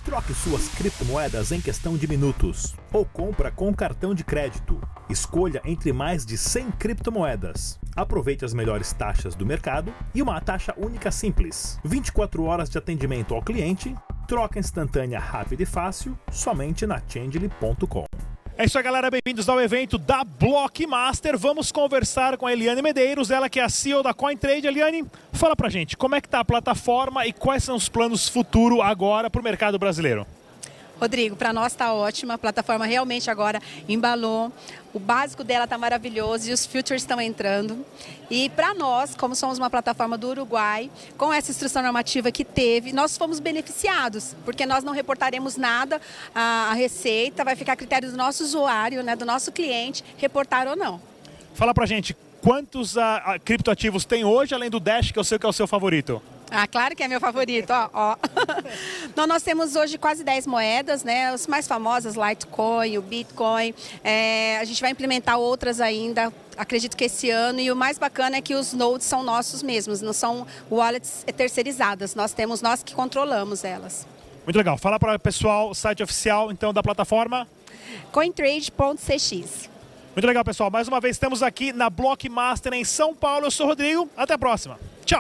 Troque suas criptomoedas em questão de minutos. Ou compra com cartão de crédito. Escolha entre mais de 100 criptomoedas. Aproveite as melhores taxas do mercado e uma taxa única simples. 24 horas de atendimento ao cliente. Troca instantânea rápida e fácil somente na Changely.com. É isso aí, galera, bem-vindos ao evento da Blockmaster. Vamos conversar com a Eliane Medeiros, ela que é a CEO da CoinTrade. Eliane, fala pra gente, como é que tá a plataforma e quais são os planos futuro agora para o mercado brasileiro? Rodrigo, para nós está ótima, a plataforma realmente agora embalou, o básico dela está maravilhoso e os futures estão entrando. E para nós, como somos uma plataforma do Uruguai, com essa instrução normativa que teve, nós fomos beneficiados, porque nós não reportaremos nada, a receita vai ficar a critério do nosso usuário, né, do nosso cliente, reportar ou não. Fala pra gente, quantos criptoativos tem hoje, além do Dash, que eu sei que é o seu favorito? Ah, claro que é meu favorito, ó. Então, nós temos hoje quase 10 moedas, né? As mais famosas, Litecoin, o Bitcoin. A gente vai implementar outras ainda, acredito que esse ano. E o mais bacana é que os nodes são nossos mesmos, não são wallets terceirizadas. Nós que controlamos elas. Muito legal. Fala para o pessoal, o site oficial então da plataforma. Cointrade.cx. Muito legal, pessoal. Mais uma vez estamos aqui na Blockmaster em São Paulo. Eu sou o Rodrigo. Até a próxima. Tchau.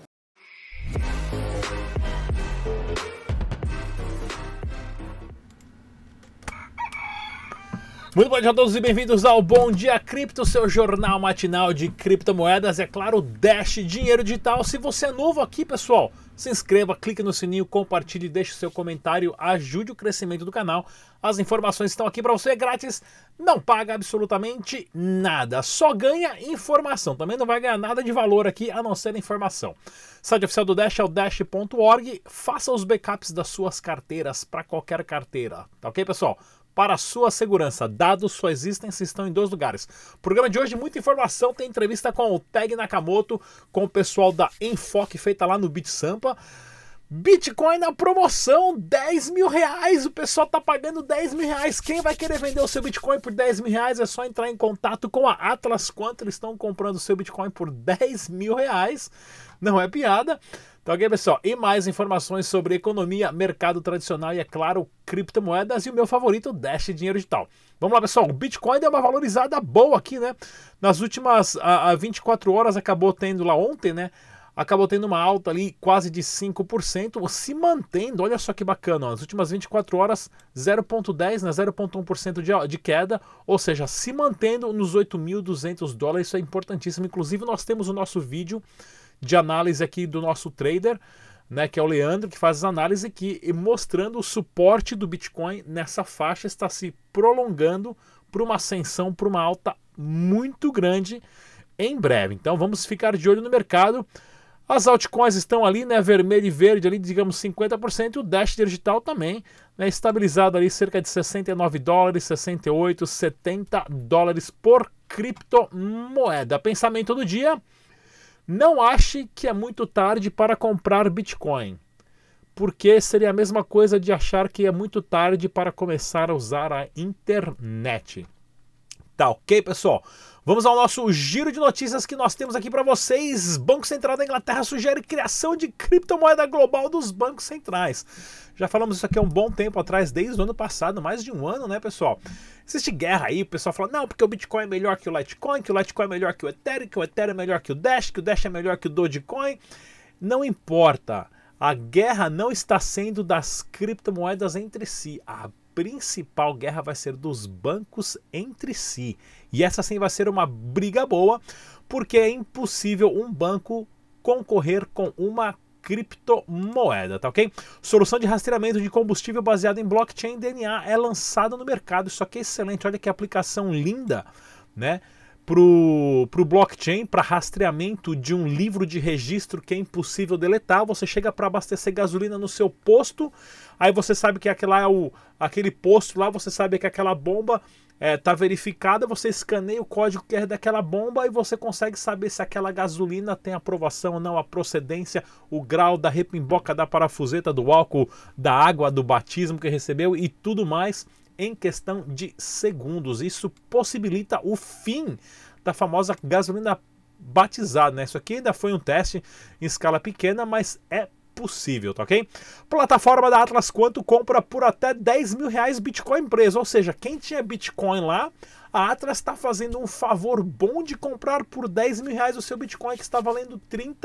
Muito bom dia a todos e bem-vindos ao Bom Dia Cripto, seu jornal matinal de criptomoedas, é claro, Dash Dinheiro Digital. Se você é novo aqui, pessoal, se inscreva, clique no sininho, compartilhe, deixe seu comentário, ajude o crescimento do canal. As informações estão aqui para você, é grátis, não paga absolutamente nada, só ganha informação. Também não vai ganhar nada de valor aqui, a não ser informação. O site oficial do Dash é o dash.org, faça os backups das suas carteiras para qualquer carteira, tá ok, pessoal? Para a sua segurança, dados só existem se estão em 2 lugares. Programa de hoje, muita informação, tem entrevista com o Tag Nakamoto, com o pessoal da Enfoque, feita lá no BitSampa. Bitcoin na promoção, 10 mil reais, o pessoal tá pagando 10 mil reais. Quem vai querer vender o seu Bitcoin por 10 mil reais é só entrar em contato com a Atlas. Quanto eles estão comprando o seu Bitcoin por 10 mil reais? Não é piada. Então, ok, pessoal, e mais informações sobre economia, mercado tradicional e, é claro, criptomoedas e o meu favorito, Dash Dinheiro Digital. Vamos lá, pessoal, o Bitcoin deu uma valorizada boa aqui, né? Nas últimas 24 horas, acabou tendo lá ontem, né? Acabou tendo uma alta ali quase de 5%, se mantendo, olha só que bacana, ó, nas últimas 24 horas, 0,10%, né, 0,1% de queda, ou seja, se mantendo nos 8.200 dólares, isso é importantíssimo. Inclusive, nós temos o nosso vídeo de análise aqui do nosso trader, né, que é o Leandro, que faz as análises aqui e mostrando o suporte do Bitcoin nessa faixa, está se prolongando para uma ascensão, para uma alta muito grande em breve. Então vamos ficar de olho no mercado. As altcoins estão ali, né, vermelho e verde, ali, digamos 50%, o Dash Digital também, né, estabilizado ali cerca de 69 dólares, 68, 70 dólares por criptomoeda. Pensamento do dia: não ache que é muito tarde para comprar Bitcoin, porque seria a mesma coisa de achar que é muito tarde para começar a usar a internet. Tá ok, pessoal? Vamos ao nosso giro de notícias que nós temos aqui para vocês. Banco Central da Inglaterra sugere criação de criptomoeda global dos bancos centrais. Já falamos isso aqui há um bom tempo atrás, desde o ano passado, mais de um ano, né, pessoal? Existe guerra aí, o pessoal fala, não, porque o Bitcoin é melhor que o Litecoin é melhor que o Ethereum é melhor que o Dash é melhor que o Dogecoin. Não importa. A guerra não está sendo das criptomoedas entre si. A principal guerra vai ser dos bancos entre si. E essa sim vai ser uma briga boa, porque é impossível um banco concorrer com uma criptomoeda, tá ok? Solução de rastreamento de combustível baseada em blockchain DNA é lançada no mercado. Isso aqui é excelente, olha que aplicação linda, né? Pro blockchain, para rastreamento de um livro de registro que é impossível deletar. Você chega para abastecer gasolina no seu posto, aí você sabe que aquele posto lá, você sabe que aquela bomba está verificada, você escaneia o código QR daquela bomba e você consegue saber se aquela gasolina tem aprovação ou não, a procedência, o grau da repimboca da parafuseta, do álcool, da água, do batismo que recebeu e tudo mais em questão de segundos. Isso possibilita o fim da famosa gasolina batizada, né? Isso aqui ainda foi um teste em escala pequena, mas é possível, tá ok? Plataforma da Atlas Quanto compra por até 10 mil reais Bitcoin preso, ou seja, quem tinha Bitcoin lá, a Atlas está fazendo um favor bom de comprar por 10 mil reais o seu Bitcoin que está valendo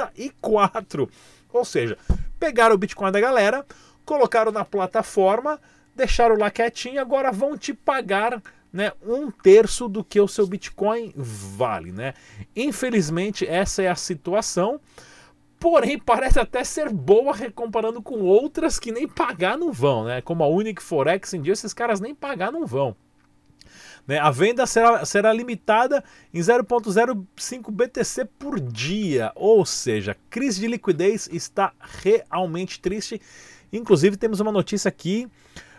34. Ou seja, pegaram o Bitcoin da galera, colocaram na plataforma, deixaram lá quietinho, agora vão te pagar, né, 1/3 do que o seu Bitcoin vale, né? Infelizmente essa é a situação. Porém, parece até ser boa comparando com outras que nem pagar não vão, né? Como a Unique Forex, em dia esses caras nem pagar não vão. Né? A venda será limitada em 0,05 BTC por dia, ou seja, a crise de liquidez está realmente triste. Inclusive temos uma notícia aqui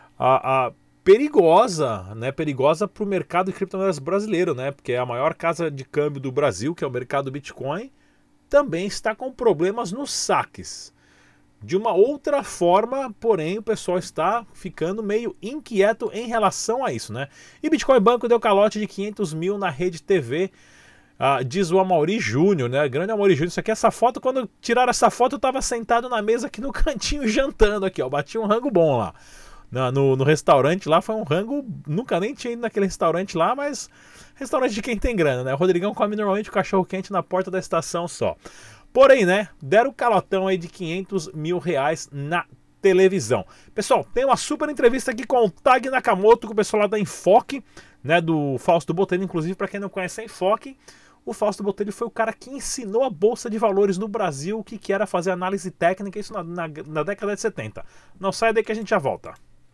perigosa, né? Perigosa para o mercado de criptomoedas brasileiro, né? Porque a maior casa de câmbio do Brasil, que é o mercado Bitcoin, também está com problemas nos saques. De uma outra forma, porém, o pessoal está ficando meio inquieto em relação a isso, né? E Bitcoin Banco deu calote de 500 mil na Rede TV, diz o Amaury Júnior, né? Grande Amaury Júnior. Isso aqui, essa foto, quando tiraram essa foto, eu estava sentado na mesa aqui no cantinho jantando aqui, ó. Bati um rango bom lá. No restaurante lá, foi um rango, nunca nem tinha ido naquele restaurante lá, mas restaurante de quem tem grana, né? O Rodrigão come normalmente o cachorro quente na porta da estação só. Porém, né, deram o calotão aí de 500 mil reais na televisão. Pessoal, tem uma super entrevista aqui com o Tag Nakamoto, com o pessoal lá da Enfoque, né, do Fausto Botelho. Inclusive, para quem não conhece a Enfoque, o Fausto Botelho foi o cara que ensinou a Bolsa de Valores no Brasil o que era fazer análise técnica, isso na década de 70. Não sai daí que a gente já volta.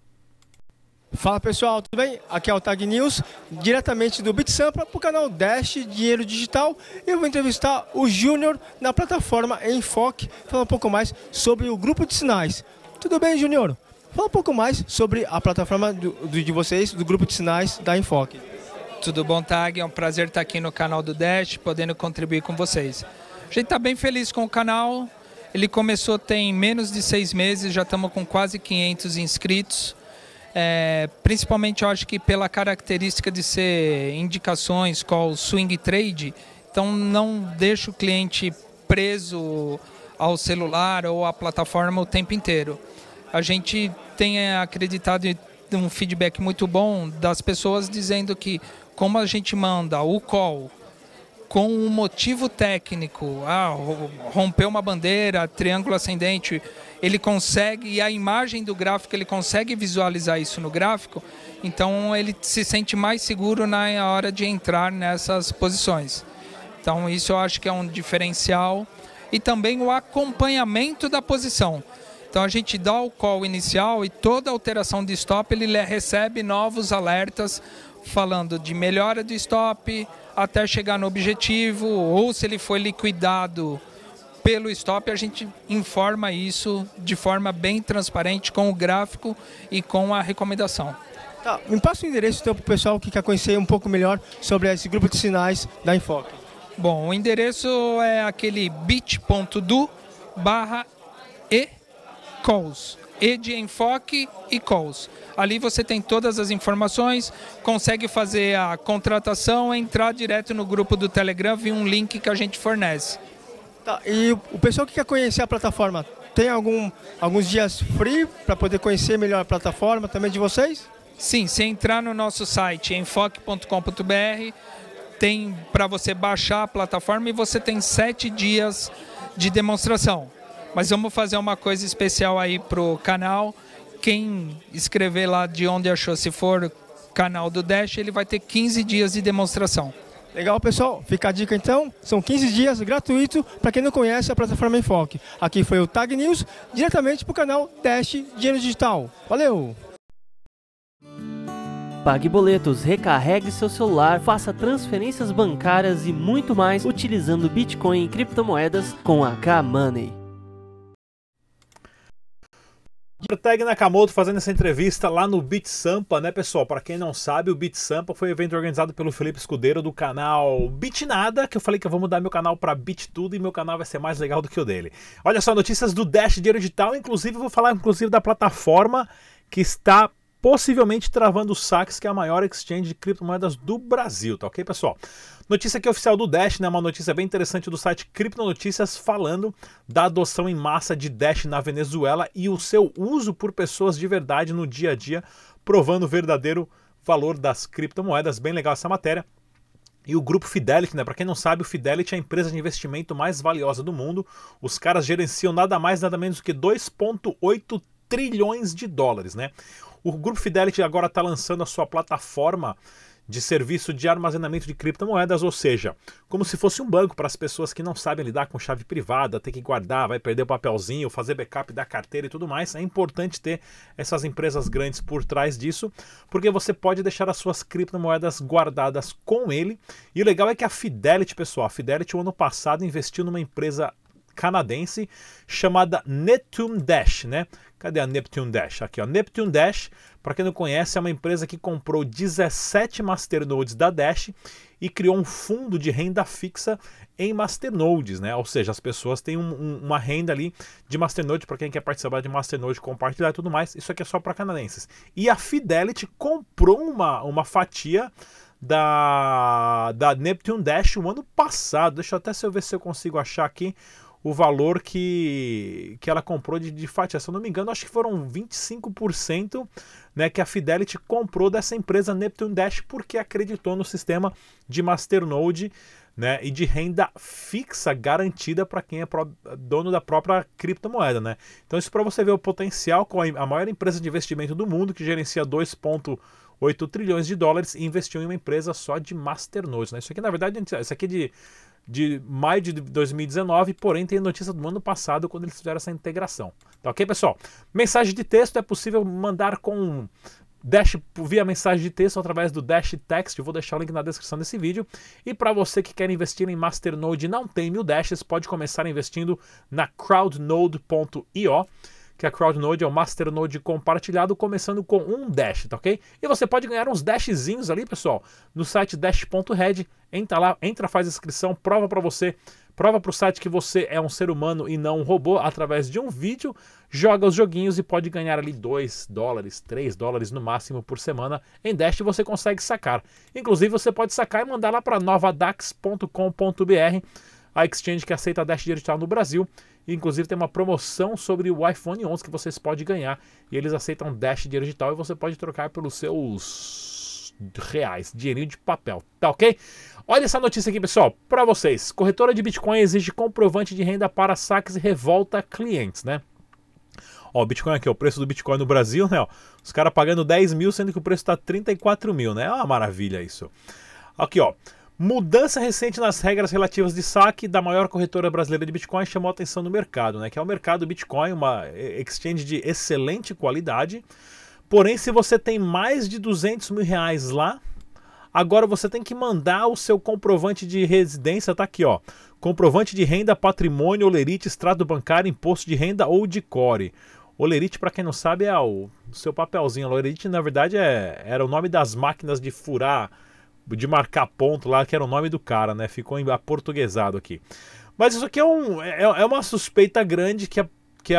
Fala pessoal, tudo bem? Aqui é o Tag News, diretamente do BitSampa para o canal Dash Dinheiro Digital. Eu vou entrevistar o Júnior na plataforma Enfoque, falar um pouco mais sobre o grupo de sinais. Tudo bem, Júnior? Fala um pouco mais sobre a plataforma de vocês, do grupo de sinais da Enfoque. Tudo bom, Tag? É um prazer estar aqui no canal do Dash, podendo contribuir com vocês. A gente está bem feliz com o canal. Ele começou tem menos de 6 meses, já estamos com quase 500 inscritos. Principalmente eu acho que pela característica de ser indicações, call, swing trade, então não deixa o cliente preso ao celular ou à plataforma o tempo inteiro. A gente tem acreditado em um feedback muito bom das pessoas dizendo que como a gente manda o call com um motivo técnico, rompeu uma bandeira, triângulo ascendente, ele consegue, e a imagem do gráfico, ele consegue visualizar isso no gráfico, então ele se sente mais seguro na hora de entrar nessas posições. Então isso eu acho que é um diferencial. E também o acompanhamento da posição. Então a gente dá o call inicial e toda alteração de stop, ele recebe novos alertas falando de melhora do stop até chegar no objetivo, ou se ele foi liquidado pelo stop, a gente informa isso de forma bem transparente com o gráfico e com a recomendação. Tá, me passa o endereço então para o pessoal que quer conhecer um pouco melhor sobre esse grupo de sinais da Enfoque. Bom, o endereço é aquele bit.do/e-calls. E de Enfoque e calls. Ali você tem todas as informações, consegue fazer a contratação, entrar direto no grupo do Telegram via um link que a gente fornece. Tá, e o pessoal que quer conhecer a plataforma, tem alguns dias free para poder conhecer melhor a plataforma também de vocês? Sim, se entrar no nosso site enfoque.com.br, tem para você baixar a plataforma e você tem 7 dias de demonstração. Mas vamos fazer uma coisa especial aí pro canal. Quem escrever lá de onde achou, se for canal do Dash, ele vai ter 15 dias de demonstração. Legal, pessoal. Fica a dica então. São 15 dias gratuito para quem não conhece a plataforma Enfoque. Aqui foi o Tag News, diretamente para o canal Dash Dinheiro Digital. Valeu! Pague boletos, recarregue seu celular, faça transferências bancárias e muito mais utilizando Bitcoin e criptomoedas com a K-Money. O Tag Nakamoto fazendo essa entrevista lá no BitSampa, né, pessoal? Para quem não sabe, o BitSampa foi um evento organizado pelo Felipe Escudeiro do canal Bitnada, que eu falei que eu vou mudar meu canal para BitTudo e meu canal vai ser mais legal do que o dele. Olha só, notícias do Dash Dinheiro Digital, inclusive vou falar da plataforma que está possivelmente travando o Sax, que é a maior exchange de criptomoedas do Brasil, tá ok, pessoal? Notícia aqui oficial do Dash, né? Uma notícia bem interessante do site Criptonotícias falando da adoção em massa de Dash na Venezuela e o seu uso por pessoas de verdade no dia a dia, provando o verdadeiro valor das criptomoedas. Bem legal essa matéria. E o grupo Fidelity, né? Para quem não sabe, o Fidelity é a empresa de investimento mais valiosa do mundo. Os caras gerenciam nada mais, nada menos do que 2,8 trilhões de dólares, né? O grupo Fidelity agora está lançando a sua plataforma de serviço de armazenamento de criptomoedas, ou seja, como se fosse um banco para as pessoas que não sabem lidar com chave privada, ter que guardar, vai perder o papelzinho, fazer backup da carteira e tudo mais. É importante ter essas empresas grandes por trás disso, porque você pode deixar as suas criptomoedas guardadas com ele. E o legal é que a Fidelity, pessoal, a Fidelity o ano passado investiu numa empresa canadense chamada Neptune Dash, né? Cadê a Neptune Dash? Aqui, ó. Neptune Dash, para quem não conhece, é uma empresa que comprou 17 masternodes da Dash e criou um fundo de renda fixa em masternodes, né? Ou seja, as pessoas têm uma renda ali de masternode para quem quer participar de masternode, compartilhar e tudo mais. Isso aqui é só para canadenses. E a Fidelity comprou uma fatia da Neptune Dash o ano passado. Deixa eu até ver se eu consigo achar aqui o valor que ela comprou de fatia. Se eu não me engano, acho que foram 25%, né, que a Fidelity comprou dessa empresa Neptune Dash porque acreditou no sistema de masternode, né, e de renda fixa garantida para quem é dono da própria criptomoeda, né? Então isso para você ver o potencial com a maior empresa de investimento do mundo, que gerencia 2,8 trilhões de dólares e investiu em uma empresa só de masternodes, né? Isso aqui, na verdade, isso aqui é de maio de 2019, porém tem notícia do ano passado quando eles fizeram essa integração. Tá ok, pessoal? Mensagem de texto é possível mandar com Dash via mensagem de texto através do Dash Text. Eu vou deixar o link na descrição desse vídeo. E para você que quer investir em Masternode e não tem 1000 Dashes, pode começar investindo na crowdnode.io, que a CrowdNode é o Masternode compartilhado, começando com 1 Dash, tá ok? E você pode ganhar uns Dashzinhos ali, pessoal, no site dash.red. Entra lá, faz inscrição, prova para você, prova para o site que você é um ser humano e não um robô através de um vídeo, joga os joguinhos e pode ganhar ali $2, $3 no máximo por semana. Em Dash você consegue sacar. Inclusive você pode sacar e mandar lá para novadax.com.br, a exchange que aceita Dash digital no Brasil. Inclusive tem uma promoção sobre o iPhone 11 que vocês podem ganhar. E eles aceitam Dash digital e você pode trocar pelos seus reais, dinheirinho de papel, tá ok? Olha essa notícia aqui, pessoal, para vocês. Corretora de Bitcoin exige comprovante de renda para saques e revolta clientes, né? Ó, o Bitcoin aqui, o preço do Bitcoin no Brasil, né? Ó, os caras pagando 10 mil, sendo que o preço está 34 mil, né? É uma maravilha isso. Aqui, ó. Mudança recente nas regras relativas de saque da maior corretora brasileira de Bitcoin chamou a atenção do mercado, né? Que é o mercado Bitcoin, uma exchange de excelente qualidade. Porém, se você tem mais de 200 mil reais lá, agora você tem que mandar o seu comprovante de residência, tá aqui, ó. Comprovante de renda, patrimônio, olerite, extrato bancário, imposto de renda ou de core. Olerite, para quem não sabe, é o seu papelzinho. Olerite, na verdade, era o nome das máquinas de furar, de marcar ponto lá, que era o nome do cara, né? Ficou aportuguesado aqui. Mas isso aqui é uma suspeita grande que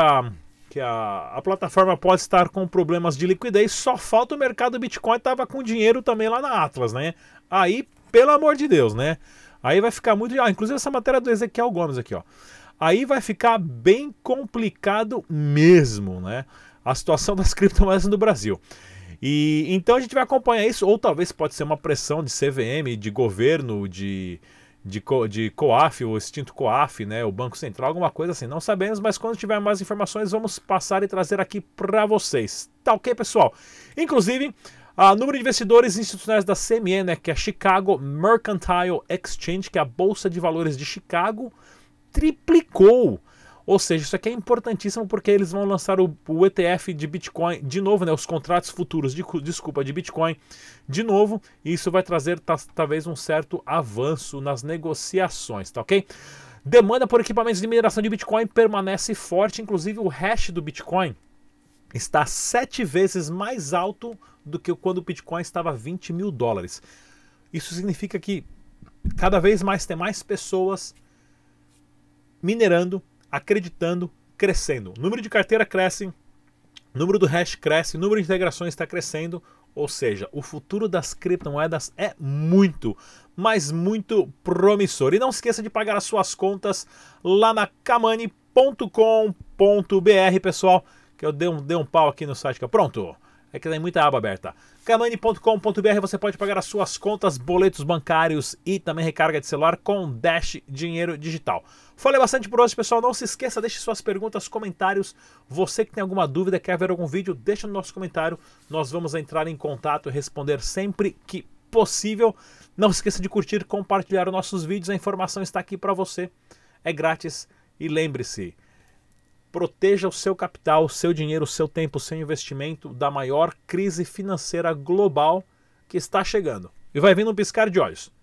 a plataforma pode estar com problemas de liquidez. Só falta o mercado Bitcoin tava com dinheiro também lá na Atlas, né? Aí, pelo amor de Deus, né? Aí vai ficar muito... inclusive essa matéria do Ezequiel Gomes aqui, ó. Aí vai ficar bem complicado mesmo, né? A situação das criptomoedas no Brasil. E então a gente vai acompanhar isso, ou talvez pode ser uma pressão de CVM, de governo, de COAF, o extinto COAF, né, o Banco Central, alguma coisa assim, não sabemos, mas quando tiver mais informações vamos passar e trazer aqui para vocês. Tá ok, pessoal? Inclusive, o número de investidores institucionais da CME, né, que é a Chicago Mercantile Exchange, que é a Bolsa de Valores de Chicago, triplicou. Ou seja, isso aqui é importantíssimo porque eles vão lançar o ETF de Bitcoin de novo, né? Os contratos futuros de Bitcoin de novo. E isso vai trazer talvez um certo avanço nas negociações, tá ok? Demanda por equipamentos de mineração de Bitcoin permanece forte. Inclusive o hash do Bitcoin está 7 vezes mais alto do que quando o Bitcoin estava a 20 mil dólares. Isso significa que cada vez mais tem mais pessoas minerando, acreditando, crescendo. O número de carteira cresce, O número do hash cresce, o número de integrações está crescendo, ou seja, o futuro das criptomoedas é muito, mas muito promissor. E não esqueça de pagar as suas contas lá na kamani.com.br, pessoal, que eu dei um pau aqui no site. Pronto, é que tem muita aba aberta. kamani.com.br, você pode pagar as suas contas, boletos bancários e também recarga de celular com Dash Dinheiro Digital. Falei bastante por hoje, pessoal. Não se esqueça, deixe suas perguntas, comentários. Você que tem alguma dúvida, quer ver algum vídeo, deixa no nosso comentário. Nós vamos entrar em contato e responder sempre que possível. Não se esqueça de curtir, compartilhar os nossos vídeos. A informação está aqui para você. É grátis. E lembre-se, proteja o seu capital, o seu dinheiro, o seu tempo, o seu investimento da maior crise financeira global que está chegando. E vai vindo um piscar de olhos.